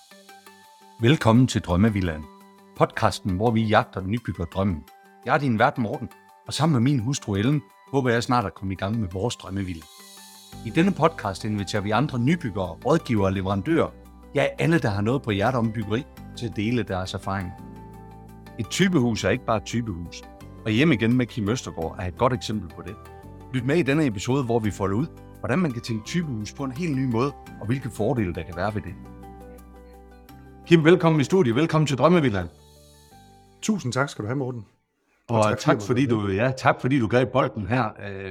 Velkommen til Drømmevillaen, podcasten, hvor vi jagter nybyggerdrømmen. Jeg er din vært Morten, og sammen med min hustru Ellen, håber jeg snart at komme i gang med vores drømmevilla. I denne podcast inviterer vi andre nybyggere, rådgivere og leverandører, ja alle, der har noget på hjertet om byggeri, til at dele deres erfaring. Et typehus er ikke bare et typehus, og Hjem igen med Kim Østergaard er et godt eksempel på det. Lyt med i denne episode, hvor vi folder ud, hvordan man kan tænke typehus på en helt ny måde, og hvilke fordele der kan være ved det. Kim, velkommen i studiet. Velkommen til Drømmevillaen. Tusind tak skal du have, Morten. Og tak fordi du greb bolden her.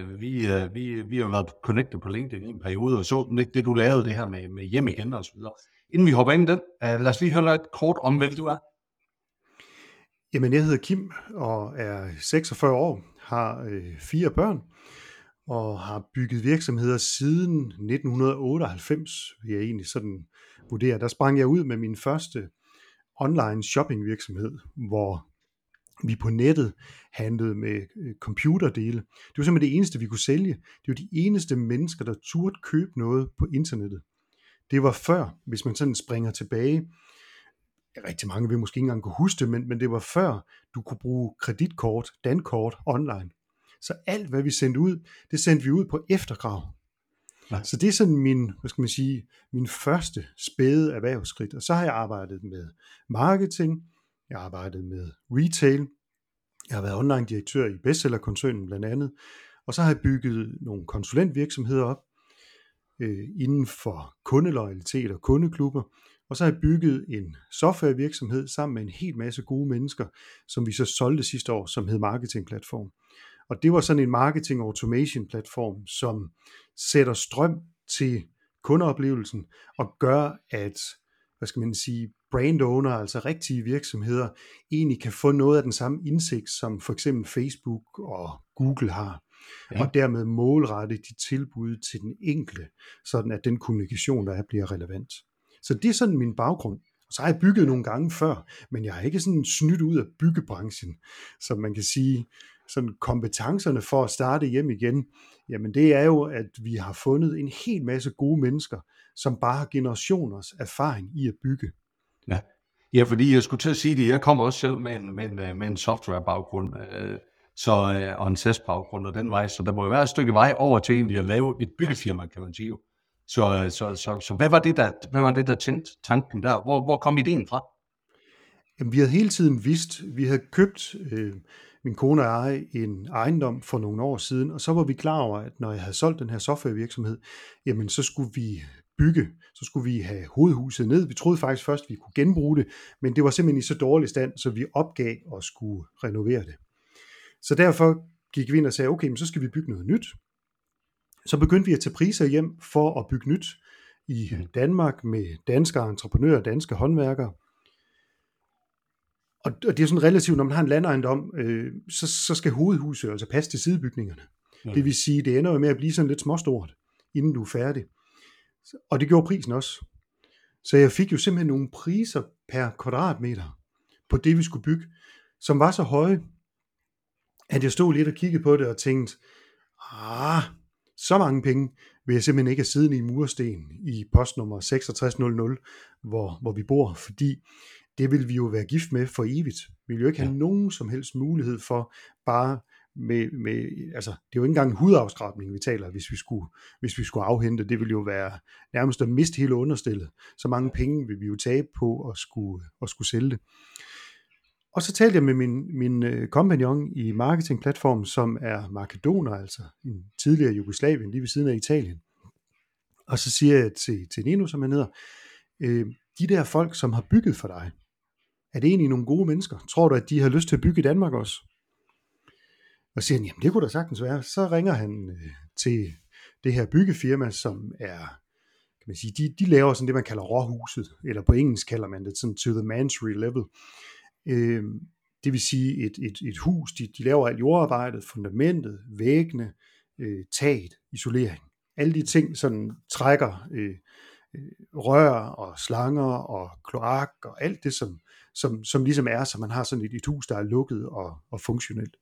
Vi har været connected på LinkedIn i en periode, og så det du lavede det her med Hjem igen og så videre. Inden vi hopper ind i den, lad os lige høre lidt kort om, hvem du er. Jamen, jeg hedder Kim og er 46 år, har 4 børn og har bygget virksomheder siden 1998, vil jeg egentlig sådan vurdere. Der sprang jeg ud med min første online shopping virksomhed, hvor vi på nettet handlede med computerdele. Det var simpelthen det eneste, vi kunne sælge. Det var de eneste mennesker, der turde købe noget på internettet. Det var før, hvis man sådan springer tilbage. Rigtig mange vil måske ikke engang kunne huske det, men det var før, du kunne bruge kreditkort, dankort online. Så alt, hvad vi sendte ud, det sendte vi ud på efterkrav. Ja. Så det er sådan min første spæde erhvervsskridt. Og så har jeg arbejdet med marketing, jeg har arbejdet med retail, jeg har været online-direktør i bestsellerkoncernen blandt andet, og så har jeg bygget nogle konsulentvirksomheder op inden for kundeloyalitet og kundeklubber, og så har jeg bygget en softwarevirksomhed sammen med en hel masse gode mennesker, som vi så solgte sidste år, som hed Marketingplatform. Og det var sådan en marketing automation platform, som sætter strøm til kundeoplevelsen og gør, at brand owner, altså rigtige virksomheder, egentlig kan få noget af den samme indsigt, som for eksempel Facebook og Google har. Ja. Og dermed målrette de tilbud til den enkelte, sådan at den kommunikation, der er, bliver relevant. Så det er sådan min baggrund. Så har jeg bygget nogle gange før, men jeg har ikke sådan snydt ud af byggebranchen, som man kan sige. Sådan kompetencerne for at starte hjem igen, jamen det er jo, at vi har fundet en hel masse gode mennesker, som bare har generationers erfaring i at bygge. Ja, fordi jeg skulle til at sige det, jeg kommer også selv med en software-baggrund, og en SaaS-baggrund og den vej, så der må jo være et stykke vej over til egentlig at lave et byggefirma, kan man sige jo. Så hvad var det, der tændte tanken der? Hvor kom ideen fra? Jamen, vi havde hele tiden vidst, vi havde købt min kone og jeg en ejendom for nogle år siden, og så var vi klar over, at når jeg havde solgt den her softwarevirksomhed, jamen så skulle vi bygge, så skulle vi have hovedhuset ned. Vi troede faktisk først, vi kunne genbruge det, men det var simpelthen i så dårlig stand, så vi opgav og skulle renovere det. Så derfor gik vi ind og sagde, okay, men så skal vi bygge noget nyt. Så begyndte vi at tage priser hjem for at bygge nyt i Danmark med danske entreprenører, danske håndværkere. Og det er sådan relativt, når man har en landejendom, så skal hovedhuset altså passe til sidebygningerne. Ja. Det vil sige, det ender jo med at blive sådan lidt småstort, inden du er færdig. Og det gjorde prisen også. Så jeg fik jo simpelthen nogle priser per kvadratmeter på det, vi skulle bygge, som var så høje, at jeg stod lidt og kiggede på det og tænkte, så mange penge vil jeg simpelthen ikke have siddende i mursten i postnummer 6600, hvor vi bor, fordi det vil vi jo være gift med for evigt. Vi vil jo ikke have nogen som helst mulighed for bare altså det er jo ikke engang en hudafskrabning, vi taler, hvis vi skulle afhente. Det vil jo være nærmest at miste hele understillet. Så mange penge vil vi jo tabe på at skulle sælge det. Og så talte jeg med min kompagnon i marketingplatformen, som er makedoner, altså en tidligere Jugoslavien, lige ved siden af Italien. Og så siger jeg til Nino, som han hedder, de der folk, som har bygget for dig, er det egentlig nogle gode mennesker? Tror du, at de har lyst til at bygge i Danmark også? Og så siger han, jamen det kunne da sagtens være. Så ringer han til det her byggefirma, som er, kan man sige, de laver sådan det, man kalder råhuset, eller på engelsk kalder man det sådan to the mansory level. Det vil sige et hus, de laver alt jordarbejdet, fundamentet, væggene, taget, isolering. Alle de ting sådan trækker rør og slanger og kloak og alt det, som ligesom er, så man har sådan et hus, der er lukket og funktionelt.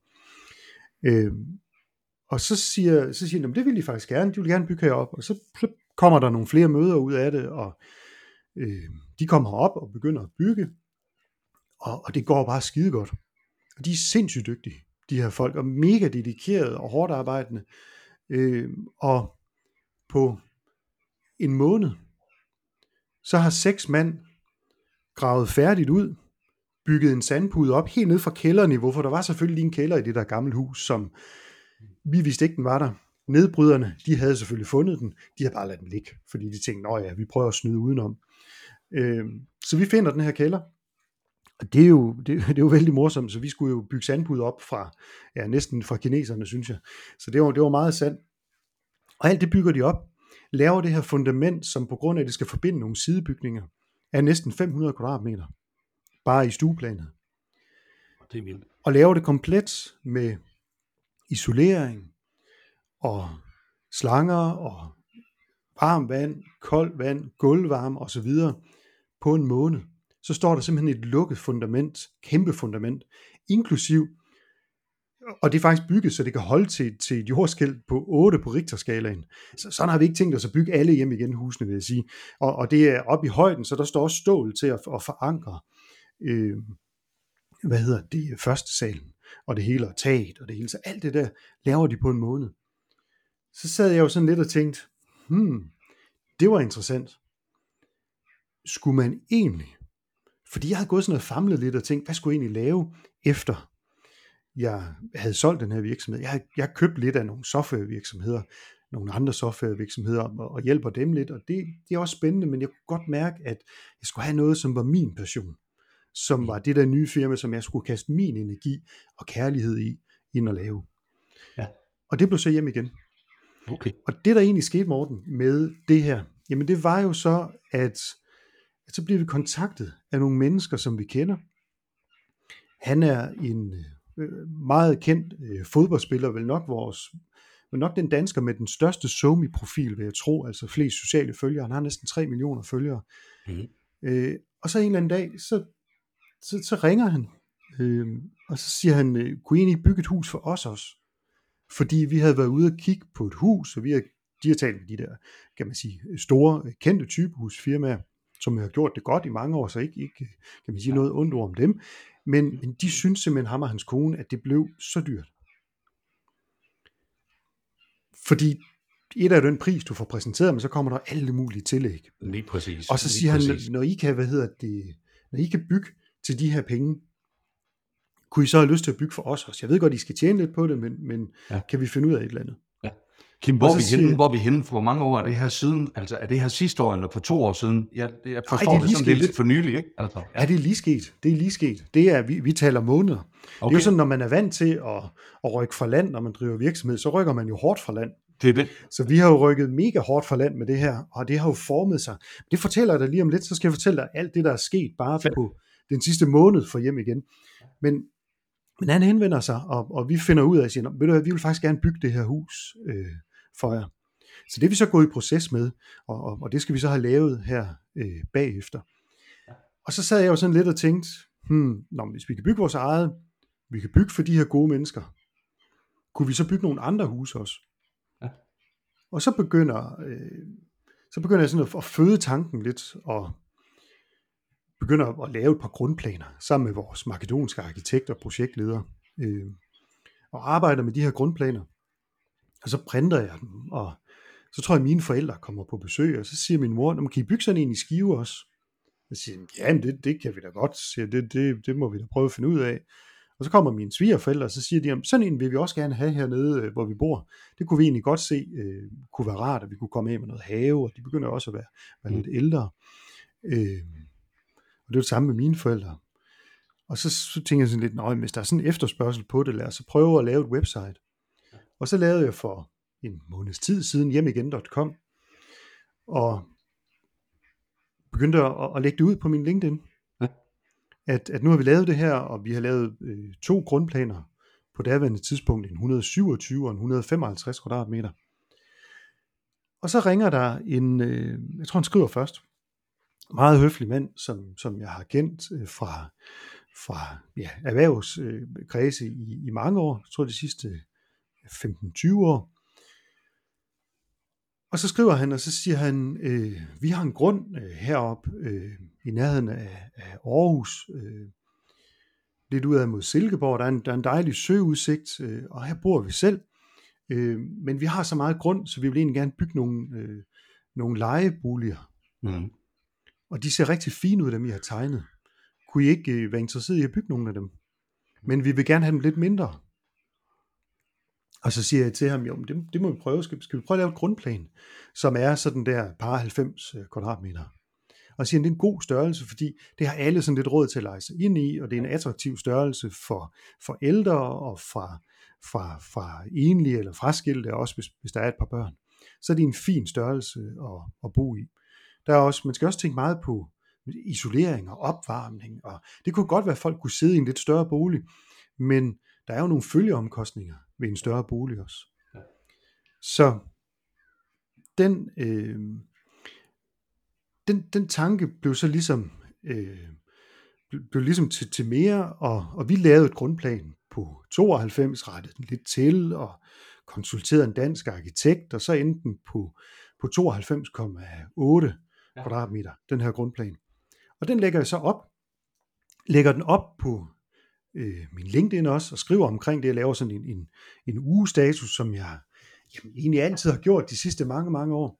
Og så siger de, det vil de faktisk gerne, de vil gerne bygge herop, og så kommer der nogle flere møder ud af det, og de kommer op og begynder at bygge, og det går bare skide godt. Og de er sindssygt dygtige, de her folk, og mega dedikerede og hårdt arbejdende. Og på en måned, så har 6 mand gravet færdigt ud, bygget en sandpude op helt ned fra kælderniveau, for der var selvfølgelig lige en kælder i det der gamle hus, som vi vidste ikke, den var der. Nedbryderne, de havde selvfølgelig fundet den, de havde bare ladet den ligge, fordi de tænkte, nå ja, vi prøver at snyde udenom. Så vi finder den her kælder, og det er jo vældig morsomt, så vi skulle jo bygge sandpude op fra, ja, næsten fra kineserne, synes jeg. Så det var meget sand. Og alt det bygger de op, laver det her fundament, som på grund af, at det skal forbinde nogle sidebygninger, er næsten 500 kvadratmeter, bare i stueplanet. Det er vildt. Og laver det komplet med isolering og slanger og varmt vand, koldt vand, gulvvarme osv. på en måned. Så står der simpelthen et lukket fundament, kæmpe fundament, inklusiv, og det er faktisk bygget, så det kan holde til et jordskælv på 8 på Richterskalaen. Så sådan har vi ikke tænkt os at bygge alle hjem igen, husene, vil jeg sige. Og det er oppe i højden, så der står også stål til at forankre første salen, og det hele, og taget, og det hele. Så alt det der laver de på en måned. Så sad jeg jo sådan lidt og tænkte, det var interessant. Skulle man egentlig, fordi jeg havde gået sådan og famlet lidt og tænkt, hvad skulle jeg egentlig lave efter jeg havde solgt den her virksomhed. Jeg købte lidt af nogle softwarevirksomheder, nogle andre softwarevirksomheder, og hjælper dem lidt, og det er også spændende, men jeg kunne godt mærke, at jeg skulle have noget, som var min passion, som var det der nye firma, som jeg skulle kaste min energi og kærlighed ind og lave. Ja. Og det blev så hjem igen. Okay. Og det, der egentlig skete, Morten, med det her, jamen det var jo så, at så blev vi kontaktet af nogle mennesker, som vi kender. Han er en meget kendt fodboldspiller, vel nok den dansker med den største SoMe-profil, vil jeg tro, altså flest sociale følgere. Han har næsten 3 millioner følgere. Og så en eller anden dag, så ringer han, og så siger han, kunne I egentlig bygge et hus for os også? Fordi vi havde været ude og kigge på et hus, og de har talt med de der, kan man sige, store, kendte typehusfirmaer, som har gjort det godt i mange år, så ikke kan man sige noget ondt ord om dem. Men de synes simpelthen, ham og hans kone, at det blev så dyrt. Fordi et af den pris, du får præsenteret, men så kommer der alle mulige tillæg. Lige præcis. Og så siger han, når I kan bygge til de her penge, kunne I så have lyst til at bygge for os også? Jeg ved godt, I skal tjene lidt på det, men kan vi finde ud af et eller andet? Ja. Kim, hvor er vi henne? For hvor mange år er det her siden? Altså, er det her sidste år, eller for 2 år siden? Jeg forstår det som det er lidt for nylig, ikke? Altså, ja, det er lige sket. Det er, vi taler måneder. Okay. Det er jo sådan, når man er vant til at rykke fra land, når man driver virksomhed, så rykker man jo hårdt fra land. Det er det. Så vi har jo rykket mega hårdt fra land med det her, og det har jo formet sig. Det fortæller jeg dig lige om lidt, så skal jeg fortælle dig alt det, der er sket bare på den sidste måned for hjem igen. Men han henvender sig, og vi finder ud af, at ved du hvad, vi vil faktisk gerne bygge det her hus for jer. Så det er vi så gået i proces med, og det skal vi så have lavet her bagefter. Og så sad jeg jo sådan lidt og tænkte, hvis vi kan bygge vores eget, vi kan bygge for de her gode mennesker, kunne vi så bygge nogle andre huse også? Ja. Og så begynder jeg sådan at føde tanken lidt, og begynder at lave et par grundplaner, sammen med vores makedonske arkitekt og projektleder, og arbejder med de her grundplaner. Og så printer jeg dem, og så tror jeg, at mine forældre kommer på besøg, og så siger min mor, kan I bygge sådan en i Skive også? Jeg siger, jamen det kan vi da godt, siger, det må vi da prøve at finde ud af. Og så kommer mine svigerforældre, og så siger de, sådan en vil vi også gerne have hernede, hvor vi bor. Det kunne vi egentlig godt se, kunne være rart, at vi kunne komme af med noget have, og de begynder også at være lidt ældre. Og det er det samme med mine forældre. Og så tænker jeg sådan lidt, hvis der er sådan en efterspørgsel på det, lad os så prøve at lave et website. Og så lavede jeg for en måneds tid siden hjemigen.com, og begyndte at lægge det ud på min LinkedIn. Ja. At nu har vi lavet det her, og vi har lavet 2 grundplaner på daværende tidspunkt, en 127 og en 155 kvadratmeter. Og så ringer der jeg tror han skriver først, meget høflig mand, som jeg har kendt fra erhvervskredse i mange år, jeg tror de sidste 15-20 år. Og så skriver han, og så siger han, vi har en grund heroppe i nærheden af Aarhus, lidt ud ad mod Silkeborg. Der er en dejlig søudsigt, og her bor vi selv. Men vi har så meget grund, så vi vil egentlig gerne bygge nogle lejeboliger. Mm. Og de ser rigtig fine ud, dem I har tegnet. Kunne I ikke være interesseret i at bygge nogle af dem? Men vi vil gerne have dem lidt mindre. Og så siger jeg til ham, jo, det må vi prøve. Skal vi prøve at lave et grundplan, som er sådan der par 90 kvadratmeter. Og siger, det er en god størrelse, fordi det har alle sådan lidt råd til at lege sig ind i, og det er en attraktiv størrelse for ældre og fra enlige eller fraskilte, også hvis der er et par børn. Så er det en fin størrelse at bo i. Man skal også tænke meget på isolering og opvarmning, og det kunne godt være, at folk kunne sidde i en lidt større bolig, men der er jo nogle følgeomkostninger ved en større bolig også. Ja. Så den tanke blev så ligesom til mere, og vi lavede et grundplan på 92, rettede den lidt til, og konsulterede en dansk arkitekt, og så endte den på 92,8 kvadratmeter, den her grundplan. Og den lægger jeg så op. Lægger den op på min LinkedIn også, og skriver omkring det. Jeg laver sådan en ugestatus, som jeg egentlig altid har gjort de sidste mange, mange år.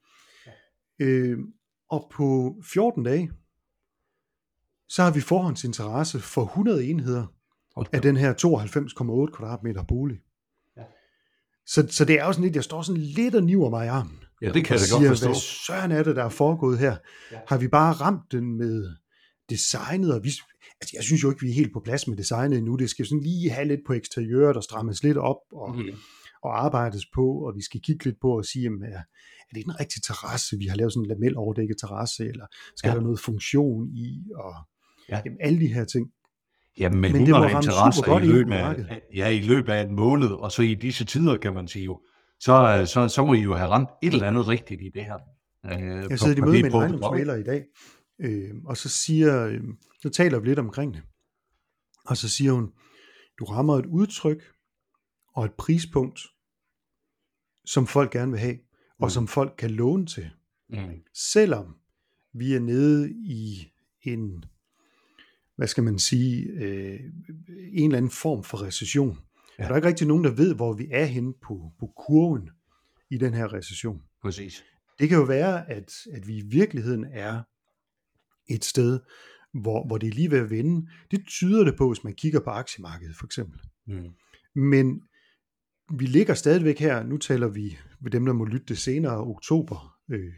Og på 14 dage, så har vi forhåndsinteresse for 100 enheder af den her 92,8 kvadratmeter bolig. Ja. Så det er jo sådan lidt, jeg står sådan lidt og niver mig i armen. Ja, det kan jeg godt forstå. Hvad søren er det, der er foregået her? Ja. Har vi bare ramt den med designet? Og jeg synes jo ikke, vi er helt på plads med designet endnu. Det skal sådan lige have lidt på eksteriøret og strammes lidt op og arbejdes på, og vi skal kigge lidt på og sige, er det en rigtig terrasse? Vi har lavet sådan en lamel overdækket terrasse, eller skal der noget funktion i? Og alle de her ting. Ja, men 100 interesser i løbet af en måned, og så i disse tider, kan man sige jo, så må I jo have ramt et eller andet rigtigt i det her. Jeg sidder i møde med en ejendomsmægler i dag, og så taler vi lidt omkring det. Og så siger hun, du rammer et udtryk og et prispunkt, som folk gerne vil have, og som folk kan låne til. Selvom vi er nede i en, hvad skal man sige, en eller anden form for recession. Ja. Der er ikke rigtig nogen, der ved, hvor vi er henne på kurven i den her recession. Præcis. Det kan jo være, at vi i virkeligheden er et sted, hvor det er lige ved at vende. Det tyder det på, hvis man kigger på aktiemarkedet for eksempel. Men vi ligger stadigvæk her, nu taler vi med dem, der må lytte det senere, oktober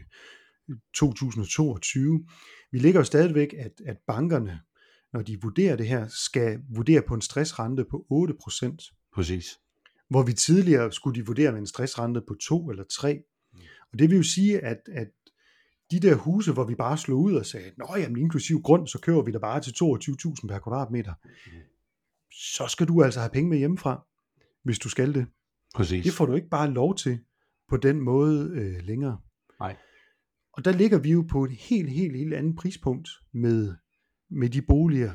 2022. Vi ligger jo stadigvæk, at bankerne, når de vurderer det her, skal vurdere på en stressrente på 8%. Præcis. Hvor vi tidligere skulle de vurdere med en stressrente på 2 eller 3. Og det vil jo sige, at de der huse, hvor vi bare slog ud og sagde, jamen inklusiv grund, så kører vi der bare til 22.000 per kvadratmeter. Så skal du altså have penge med hjemmefra, hvis du skal det. Præcis. Det får du ikke bare lov til på den måde længere. Nej. Og der ligger vi jo på et helt andet prispunkt med de boliger,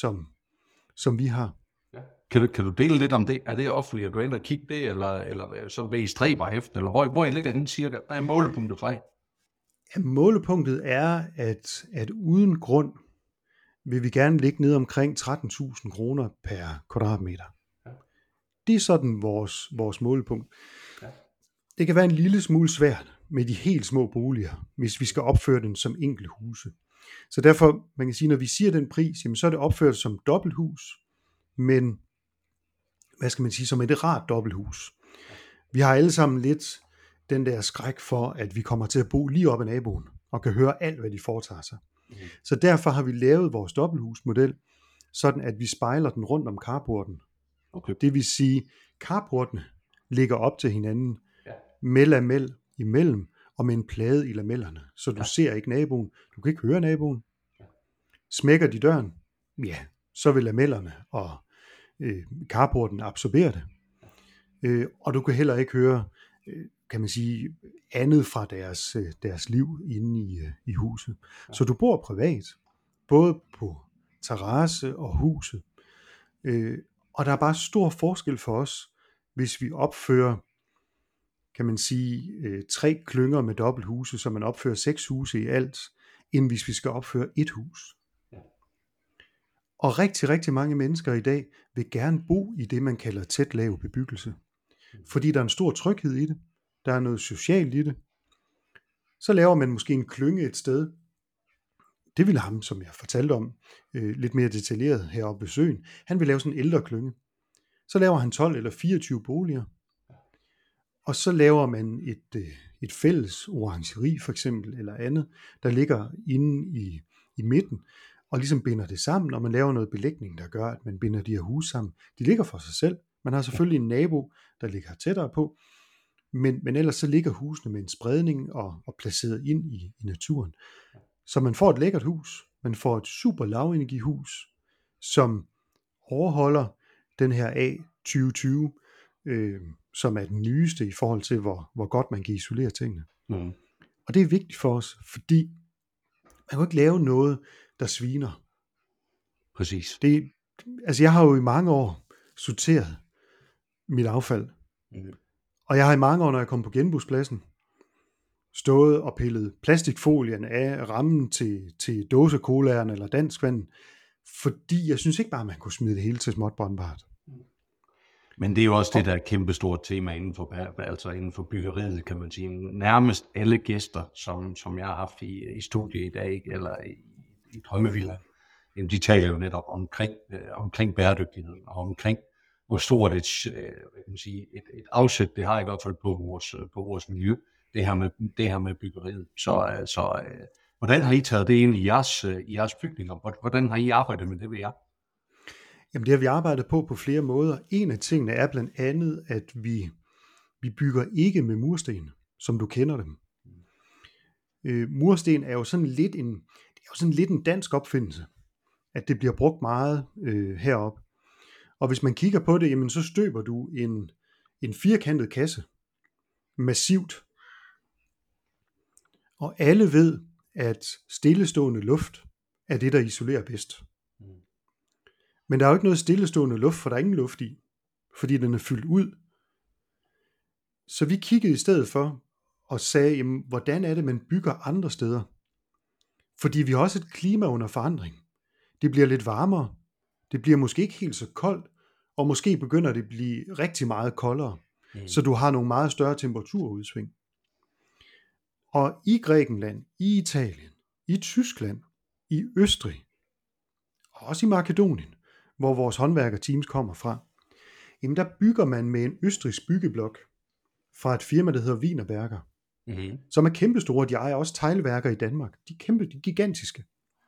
som vi har. Ja. Kan du dele lidt om det? Er det offentligt at gå ind og kigge det, eller så vil I stræbe efter, eller hvor ligger den cirka? Hvad er målepunktet fra? Ja, målepunktet er, at uden grund vil vi gerne ligge ned omkring 13.000 kroner per kvadratmeter. Ja. Det er sådan vores målepunkt. Ja. Det kan være en lille smule svært med de helt små boliger, hvis vi skal opføre den som enkelte huse. Så derfor, man kan sige, når vi siger den pris, jamen, så er det opført som dobbelthus, men hvad skal man sige, som et rart dobbelthus. Vi har alle sammen lidt den der skræk for, at vi kommer til at bo lige op ad naboen, og kan høre alt, hvad de foretager sig. Så derfor har vi lavet vores dobbelthusmodel, sådan at vi spejler den rundt om carporten. Okay. Det vil sige, carportene ligger op til hinanden, med lamel imellem, og med en plade i lamellerne, så du ser ikke naboen, du kan ikke høre naboen. Smækker de døren, så vil lamellerne og carporten absorbere det. Og du kan heller ikke høre, kan man sige, andet fra deres liv inde i huset. Så du bor privat, både på terrasse og huset. Og der er bare stor forskel for os, hvis vi opfører, kan man sige, 3 klynger med dobbelthuse, så man opfører 6 huse i alt, end hvis vi skal opføre et hus. Og rigtig, rigtig mange mennesker i dag vil gerne bo i det, man kalder tæt lav bebyggelse. Fordi der er en stor tryghed i det. Der er noget socialt i det. Så laver man måske en klynge et sted. Det ville ham, som jeg fortalte om, lidt mere detaljeret heroppe ved søen. Han vil lave sådan en ældre klynge. Så laver han 12 eller 24 boliger. Og så laver man et fælles orangeri for eksempel, eller andet, der ligger inde i midten, og ligesom binder det sammen, og man laver noget belægning, der gør, at man binder de her huse sammen. De ligger for sig selv. Man har selvfølgelig en nabo, der ligger tættere på, men ellers så ligger husene med en spredning og placeret ind i naturen. Så man får et lækkert hus, man får et super lavenergihus, som overholder den her A2020, som er den nyeste i forhold til, hvor godt man kan isolere tingene. Mm. Og det er vigtigt for os, fordi man kan jo ikke lave noget, der sviner. Præcis. Altså jeg har jo i mange år sorteret mit affald. Mm. Og jeg har i mange år, når jeg kom på genbrugspladsen, stået og pillet plastikfolien af rammen til dåsekolaerne eller danskvand, fordi jeg synes ikke bare, man kunne smide det hele til småt brandbart. Men det er jo også det, der er et kæmpestort tema inden for byggeriet, kan man sige. Nærmest alle gæster, som jeg har haft i studiet i dag, eller i Drømmevilla, de taler jo netop omkring bæredygtighed, og omkring, hvor stort et afsæt det har i hvert fald på vores miljø, det her med byggeriet. Så hvordan har I taget det ind i jeres bygninger? Hvordan har I arbejdet med det ved jer? Jamen det har vi arbejdet på flere måder. En af tingene er blandt andet, at vi bygger ikke med mursten, som du kender dem. Mursten er jo sådan lidt en dansk opfindelse, at det bliver brugt meget heroppe. Og hvis man kigger på det, jamen så støber du en firkantet kasse, massivt. Og alle ved, at stillestående luft er det, der isolerer bedst. Men der er jo ikke noget stillestående luft, for der er ingen luft i, fordi den er fyldt ud. Så vi kiggede i stedet for og sagde, jamen, hvordan er det, man bygger andre steder? Fordi vi har også et klima under forandring. Det bliver lidt varmere. Det bliver måske ikke helt så koldt, og måske begynder det at blive rigtig meget koldere. Så du har nogle meget større temperaturudsving. Og i Grækenland, i Italien, i Tyskland, i Østrig, og også i Makedonien, hvor vores håndværkerteams kommer fra, jamen der bygger man med en østrigsk byggeblok fra et firma, der hedder Wienerberger, som er kæmpestore. De ejer også teglværker i Danmark. De er gigantiske.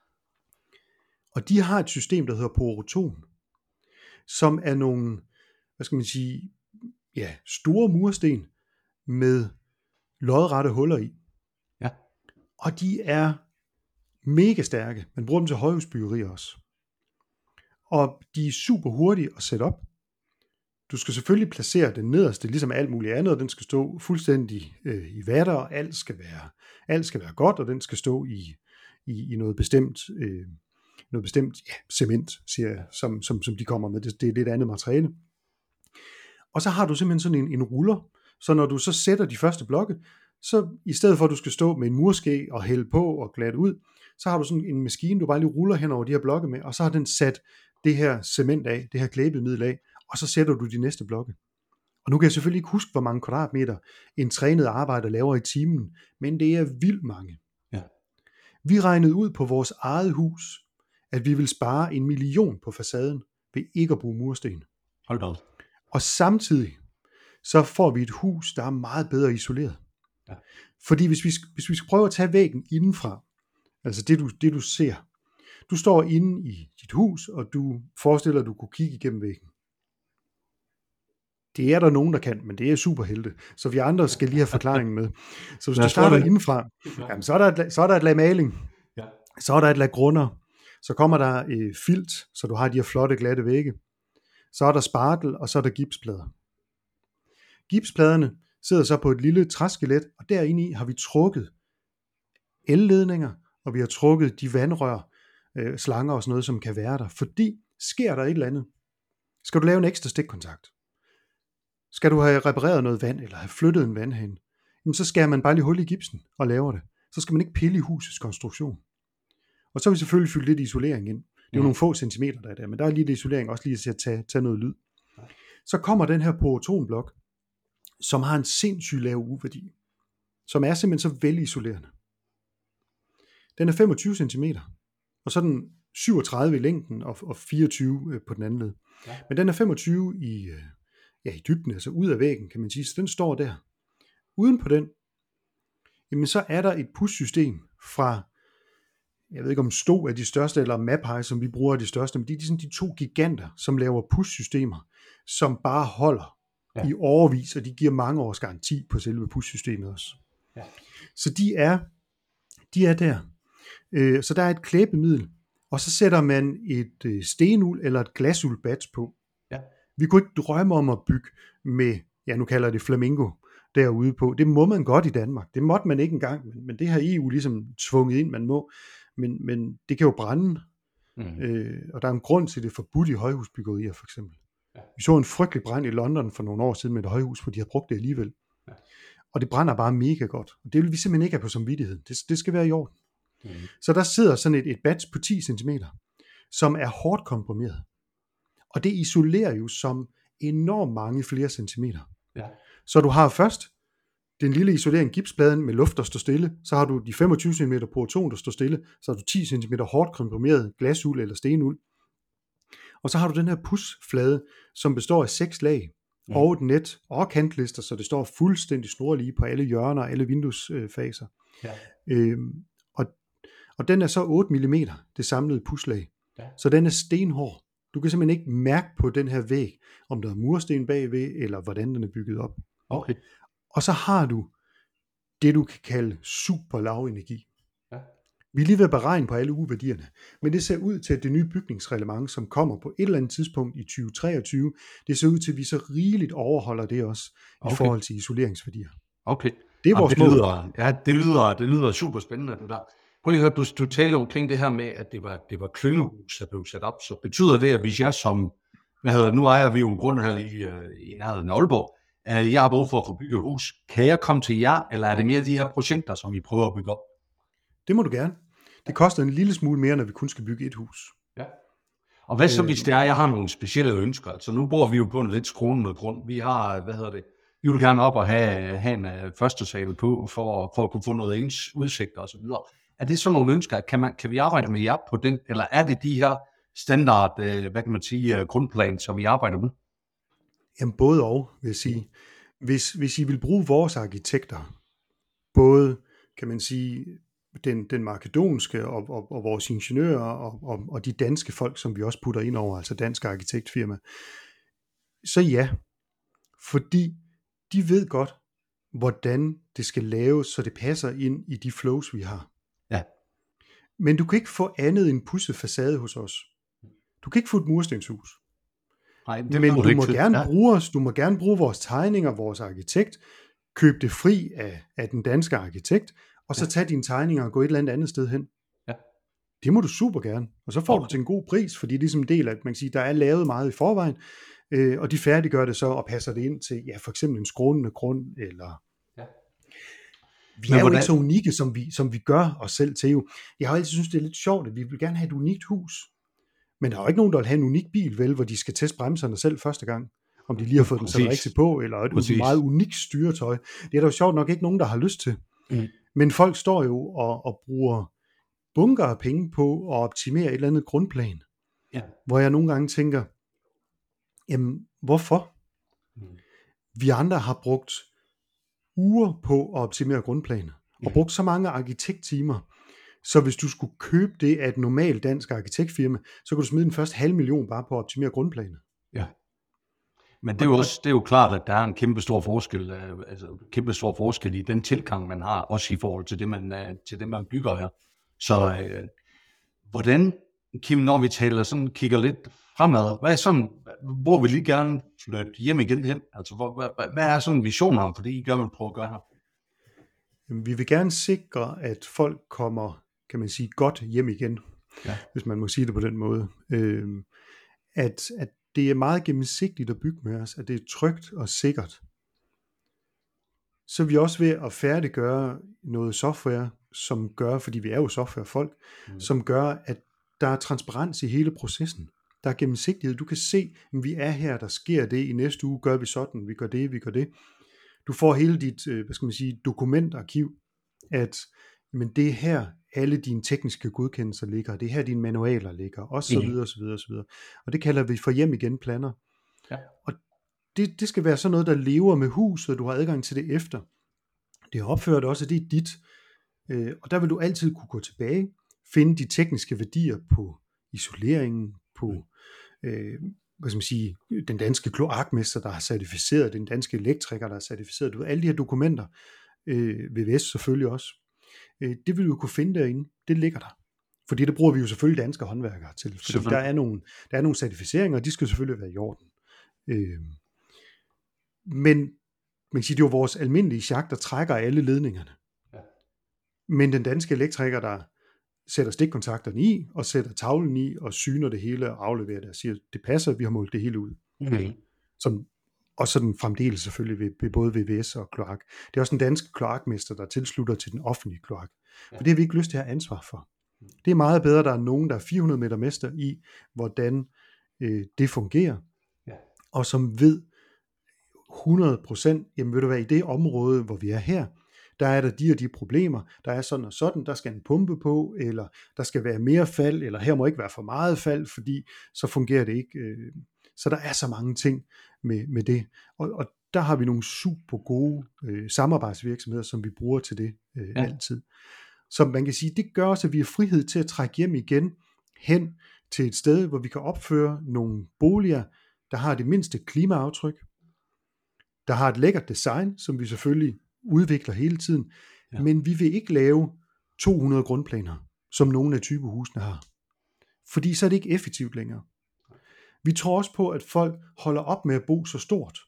Og de har et system, der hedder Poroton, som er nogle, store mursten med lodrette huller i. Ja. Og de er mega stærke. Man bruger dem til højhusbyggeri også. Og de er super hurtige at sætte op. Du skal selvfølgelig placere den nederste, ligesom alt muligt andet, og den skal stå fuldstændig i vatter, og alt skal være godt, og den skal stå i noget bestemt cement, siger jeg, som de kommer med. Det er lidt andet materiale. Og så har du simpelthen sådan en ruller, så når du så sætter de første blokke, så i stedet for at du skal stå med en murske og hælde på og glatte ud, så har du sådan en maskine, du bare lige ruller hen over de her blokke med, og så har den sat det her cement af, det her klæbemiddel af, og så sætter du de næste blokke. Og nu kan jeg selvfølgelig ikke huske, hvor mange kvadratmeter en trænet arbejder laver i timen, men det er vildt mange. Ja. Vi regnede ud på vores eget hus, at vi vil spare 1 million på facaden ved ikke at bruge mursten. Hold da. Og samtidig så får vi et hus, der er meget bedre isoleret. Ja. Fordi hvis vi skal prøve at tage væggen indenfra, altså det du ser, du står inde i dit hus, og du forestiller, at du kunne kigge igennem væggen. Det er der nogen, der kan, men det er superhelte. Så vi andre skal lige have forklaringen med. Så hvis du starter indenfra, jamen, så er der et lag maling. Ja. Så er der et lag grunder. Så kommer der filt, så du har de her flotte, glatte vægge. Så er der spartel, og så er der gipsplader. Gipspladerne sidder så på et lille træskelet, og derinde i har vi trukket elledninger, og vi har trukket de vandrør, slanger og sådan noget, som kan være der. Fordi sker der et eller andet, skal du lave en ekstra stikkontakt. Skal du have repareret noget vand, eller have flyttet en vandhane, jamen så skærer man bare lige hul i gipsen og laver det. Så skal man ikke pille i husets konstruktion. Og så har vi selvfølgelig fyldt lidt isolering ind. Det er jo nogle få centimeter, der er der, men der er lige det isolering også lige til at tage noget lyd. Så kommer den her porotonblok, som har en sindssygt lav U-værdi, som er simpelthen så velisolerende. Den er 25 cm, og så er den 37 i længden og 24 på den anden led. Ja. Men den er 25 i dybden, altså ud af væggen, kan man sige, så den står der. Uden på den, jamen så er der et push-system fra, jeg ved ikke om Sto er de største, eller Mapei, som vi bruger, er de største, men det er sådan de to giganter, som laver push-systemer, som bare holder i årevis, og de giver mange års garanti på selve push-systemet også. Ja. Så de er der. Så der er et klæbemiddel, og så sætter man et stenuld eller et glasulbats på. Ja. Vi kunne ikke drømme om at bygge med, nu kalder det flamingo, derude på. Det må man godt i Danmark. Det måtte man ikke engang, men det har EU ligesom tvunget ind, man må. Men det kan jo brænde, og der er en grund til det forbudt i højhusbyggerier for eksempel. Ja. Vi så en frygtelig brand i London for nogle år siden med et højhus, hvor de havde brugt det alligevel. Ja. Og det brænder bare mega godt. Og det vil vi simpelthen ikke have på samvittigheden. Det skal være i orden. Så der sidder sådan et bats på 10 cm, som er hårdt komprimeret. Og det isolerer jo som enormt mange flere centimeter. Ja. Så du har først den lille isolering gipspladen med luft, der står stille, så har du de 25 cm poroton, der står stille, så har du 10 cm hårdt komprimeret glasuld eller stenuld. Og så har du den her pusflade, som består af 6 lag, og et net og kantlister, så det står fuldstændig snorlige på alle hjørner og alle vinduesfaser. Ja. Og den er så 8 mm, det samlede puslag. Ja. Så den er stenhård. Du kan simpelthen ikke mærke på den her væg, om der er mursten bagved, eller hvordan den er bygget op. Okay. Og så har du det, du kan kalde super lav energi. Ja. Vi er lige ved at beregne på alle U-værdierne, men det ser ud til, at det nye bygningsreglement, som kommer på et eller andet tidspunkt i 2023, det ser ud til, at vi så rigeligt overholder det også, i forhold til isoleringsværdier. Okay. Det er vores mål. Det lyder super spændende, det der. Prøv lige at høre, du taler omkring det her med, at det var klyngehus, der blev sat op. Så betyder det, at hvis jeg som, nu ejer vi jo en grund her i nærheden af Aalborg, jeg har brug for at få bygget et hus. Kan jeg komme til jer, eller er det mere de her projekter, som vi prøver at bygge op? Det må du gerne. Det koster en lille smule mere, når vi kun skal bygge et hus. Ja. Og hvad så, hvis det er, jeg har nogle specielle ønsker? Altså nu bor vi jo på en lidt skrånende grund. Vi har, vi vil gerne op og have en første sal på, for at kunne få noget ens udsigter og så videre. Er det sådan nogle ønsker? Kan vi arbejde med jer på den, eller er det de her standard, grundplan, som vi arbejder med? Jamen både og, vil jeg sige. Hvis I vil bruge vores arkitekter, både, kan man sige, den makedonske og vores ingeniører og de danske folk, som vi også putter ind over, altså dansk arkitektfirma, så ja, fordi de ved godt, hvordan det skal laves, så det passer ind i de flows, vi har. Ja. Men du kan ikke få andet end pudset facade hos os. Du kan ikke få et murstenshus. Nej, men du må gerne bruge os, du må gerne bruge vores tegninger, vores arkitekt, køb det fri af den danske arkitekt, og så tage dine tegninger og gå et eller andet sted hen. Ja. Det må du super gerne. Og så får du til en god pris, fordi det er som en del af, at man kan sige, der er lavet meget i forvejen, og de færdiggør det så og passer det ind til, for eksempel en skrånende grund, eller... Ja. Vi er jo ikke så unikke, som vi gør os selv til jo. Jeg har altid synes, det er lidt sjovt, at vi vil gerne have et unikt hus. Men der er jo ikke nogen, der vil have en unik bil, vel, hvor de skal teste bremserne selv første gang. Om de lige har fået den sat rigtigt på, eller et meget unikt styretøj. Det er der jo sjovt nok ikke nogen, der har lyst til. Men folk står jo og bruger bunker af penge på at optimere et eller andet grundplan. Ja. Hvor jeg nogle gange tænker, jamen, hvorfor? Vi andre har brugt uger på at optimere grundplaner, og brugt så mange arkitekttimer, så hvis du skulle købe det af et normalt dansk arkitektfirma, så kunne du smide den første 500.000 bare på at optimere grundplaner. Ja. Men det er jo klart, at der er en kæmpe stor forskel i den tilgang, man har, også i forhold til det, man bygger her. Så hvordan, Kim, når vi kigger lidt fremad, hvad er sådan, hvor vil I gerne flytte hjem igen hen? Altså, hvad er sådan visioner for det, I gerne vil prøve at gøre her? Vi vil gerne sikre, at folk kommer, kan man sige, godt hjem igen, hvis man må sige det på den måde. At det er meget gennemsigtigt at bygge med os, at det er trygt og sikkert. Så er vi også ved at færdiggøre noget software, som gør, fordi vi er jo softwarefolk, som gør, at Der er transparens i hele processen. Der er gennemsigtighed. Du kan se, at vi er her, der sker det. I næste uge gør vi sådan, vi gør det. Du får hele dit, dokumentarkiv, at men det er her, alle dine tekniske godkendelser ligger, det er her, dine manualer ligger, og så videre, så videre, så videre. Og det kalder vi for hjem igen planer. Ja. Og det skal være sådan noget, der lever med huset, og du har adgang til det efter. Det er opført også, at det er dit. Og der vil du altid kunne gå tilbage, finde de tekniske værdier på isoleringen, på den danske kloakmester, der har certificeret, den danske elektriker, der har certificeret, du ved, alle de her dokumenter, VVS selvfølgelig også. Det vil du kunne finde derinde. Det ligger der. Fordi det bruger vi jo selvfølgelig danske håndværkere til. Fordi der er nogle certificeringer, og de skal selvfølgelig være i orden. Men man kan sige, det er jo vores almindelige sjak, der trækker alle ledningerne. Ja. Men den danske elektriker, der sætter stikkontakterne i, og sætter tavlen i, og syner det hele, og afleverer det, og siger, det passer, vi har målt det hele ud. Okay. Og sådan fremdeles selvfølgelig ved både VVS og kloak. Det er også den danske kloakmester, der tilslutter til den offentlige kloak. For det har vi ikke lyst til at have ansvar for. Det er meget bedre, der er nogen, der er 400 meter mester i, hvordan det fungerer, og som ved 100%, jamen ved du hvad, i det område, hvor vi er her, der er der de og de problemer, der er sådan og sådan, der skal en pumpe på, eller der skal være mere fald, eller her må ikke være for meget fald, fordi så fungerer det ikke. Så der er så mange ting med det, og der har vi nogle super gode samarbejdsvirksomheder, som vi bruger til det altid. Så man kan sige, det gør også, at vi har frihed til at trække hjem igen, hen til et sted, hvor vi kan opføre nogle boliger, der har det mindste klimaaftryk, der har et lækkert design, som vi selvfølgelig udvikler hele tiden, men vi vil ikke lave 200 grundplaner, som nogle af typehusene har. Fordi så er det ikke effektivt længere. Vi tror også på, at folk holder op med at bo så stort.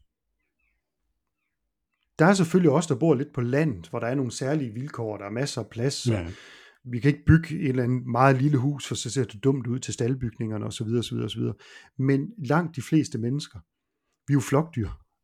Der er selvfølgelig også, der bor lidt på landet, hvor der er nogle særlige vilkår, der er masser af plads. Ja. Vi kan ikke bygge et eller andet meget lille hus, for så ser det dumt ud til staldbygningerne osv. osv. Men langt de fleste mennesker, vi er jo flokdyr,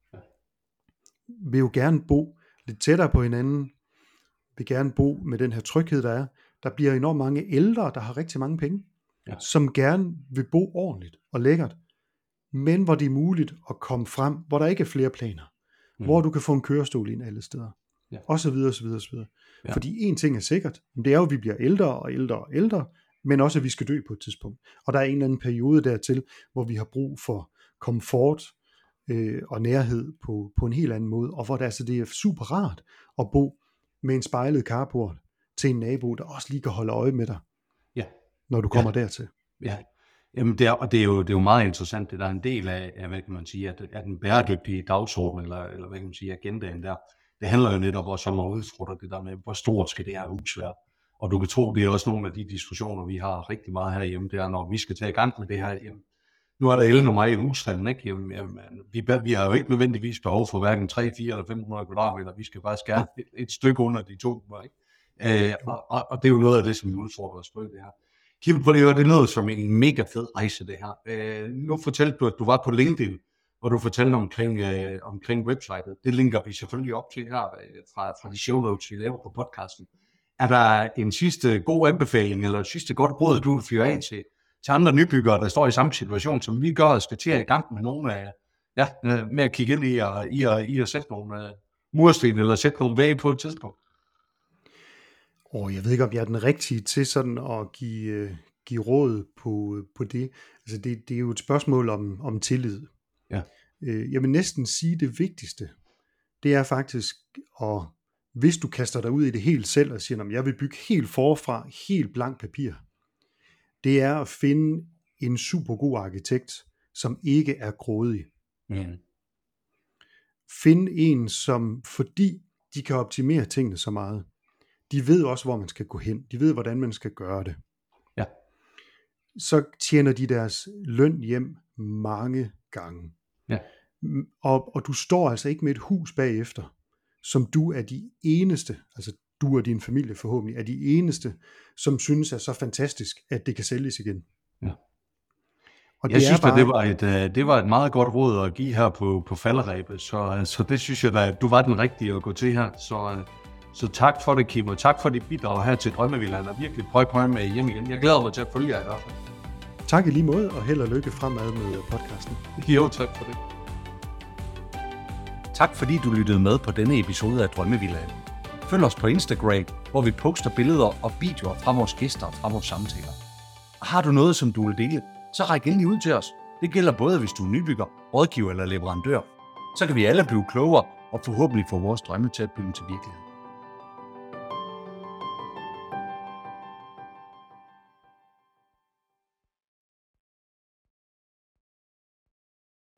vil jo gerne bo lidt tættere på hinanden, vil gerne bo med den her tryghed, der er. Der bliver enormt mange ældre, der har rigtig mange penge, som gerne vil bo ordentligt og lækkert, men hvor det er muligt at komme frem, hvor der ikke er flere planer, hvor du kan få en kørestol ind alle steder, og så videre, så videre, så videre. Ja. Fordi en ting er sikkert, det er jo, at vi bliver ældre og ældre og ældre, men også, at vi skal dø på et tidspunkt. Og der er en eller anden periode dertil, hvor vi har brug for komfort og nærhed på en helt anden måde, og hvor det er super rart at bo med en spejlet carport til en nabo, der også lige kan holde øje med dig, når du kommer dertil. Ja. Jamen det er jo meget interessant, det der er en del af hvad kan man sige, at den bæredygtige dagsorden, eller hvad kan man sige, agendaen der, det handler jo netop også om at udfordre det der med, hvor stort skal det her hus være. Og du kan tro, det er også nogle af de diskussioner, vi har rigtig meget herhjemme, det er, når vi skal tage i gang med det her hjemme. Nu er der Ellen og mig i husstanden, ikke? Jamen, vi har jo ikke nødvendigvis behov for hverken 3, 4 eller 500 kvadratmeter, vi skal bare skære et stykke under de to, ikke? Og det er jo noget af det, som vi udfordrer os på det her. Kim, det er noget som en mega fed rejse, det her. Nu fortalte du, at du var på LinkedIn, hvor du fortalte omkring websitet. Det linker vi selvfølgelig op til her fra de show notes, vi laver på podcasten. Er der en sidste god anbefaling, eller et sidste godt råd, du vil fyre af til andre nybyggere, der står i samme situation, som vi gør, og skal til at i gang med nogle af, med at kigge ind i at sætte nogle mursten, eller sætte nogle væg på et tidspunkt? Jeg ved ikke, om jeg er den rigtige til sådan at give råd på det. Altså det er jo et spørgsmål om tillid. Ja. Jeg vil næsten sige, det vigtigste, det er faktisk, hvis du kaster dig ud i det helt selv, og siger, at jeg vil bygge helt forfra, helt blank papir, det er at finde en super god arkitekt, som ikke er grådig. Find en, som, fordi de kan optimere tingene så meget, de ved også, hvor man skal gå hen. De ved, hvordan man skal gøre det. Ja. Så tjener de deres løn hjem mange gange. Ja. Og du står altså ikke med et hus bagefter, som du er de eneste, altså du og din familie forhåbentlig, er de eneste, som synes er så fantastisk, at det kan sælges igen. Ja. Og jeg synes, at det var et meget godt råd at give her på falderebet, så det synes jeg da, at du var den rigtige at gå til her. Så tak for det, Kim, og tak for dit bidrag her til Drømmevillaen, og virkelig prøv med hjem igen. Jeg glæder mig til at følge jer i hvert fald. Tak i lige måde, og held og lykke fremad med podcasten. Jo, tak for det. Tak fordi du lyttede med på denne episode af Drømmevillaen. Følg os på Instagram, hvor vi poster billeder og videoer fra vores gæster og fra vores samtaler. Og har du noget, som du vil dele, så ræk endelig ud til os. Det gælder både, hvis du er nybygger, rådgiver eller leverandør. Så kan vi alle blive klogere og forhåbentlig få vores drømme til at blive til virkelighed.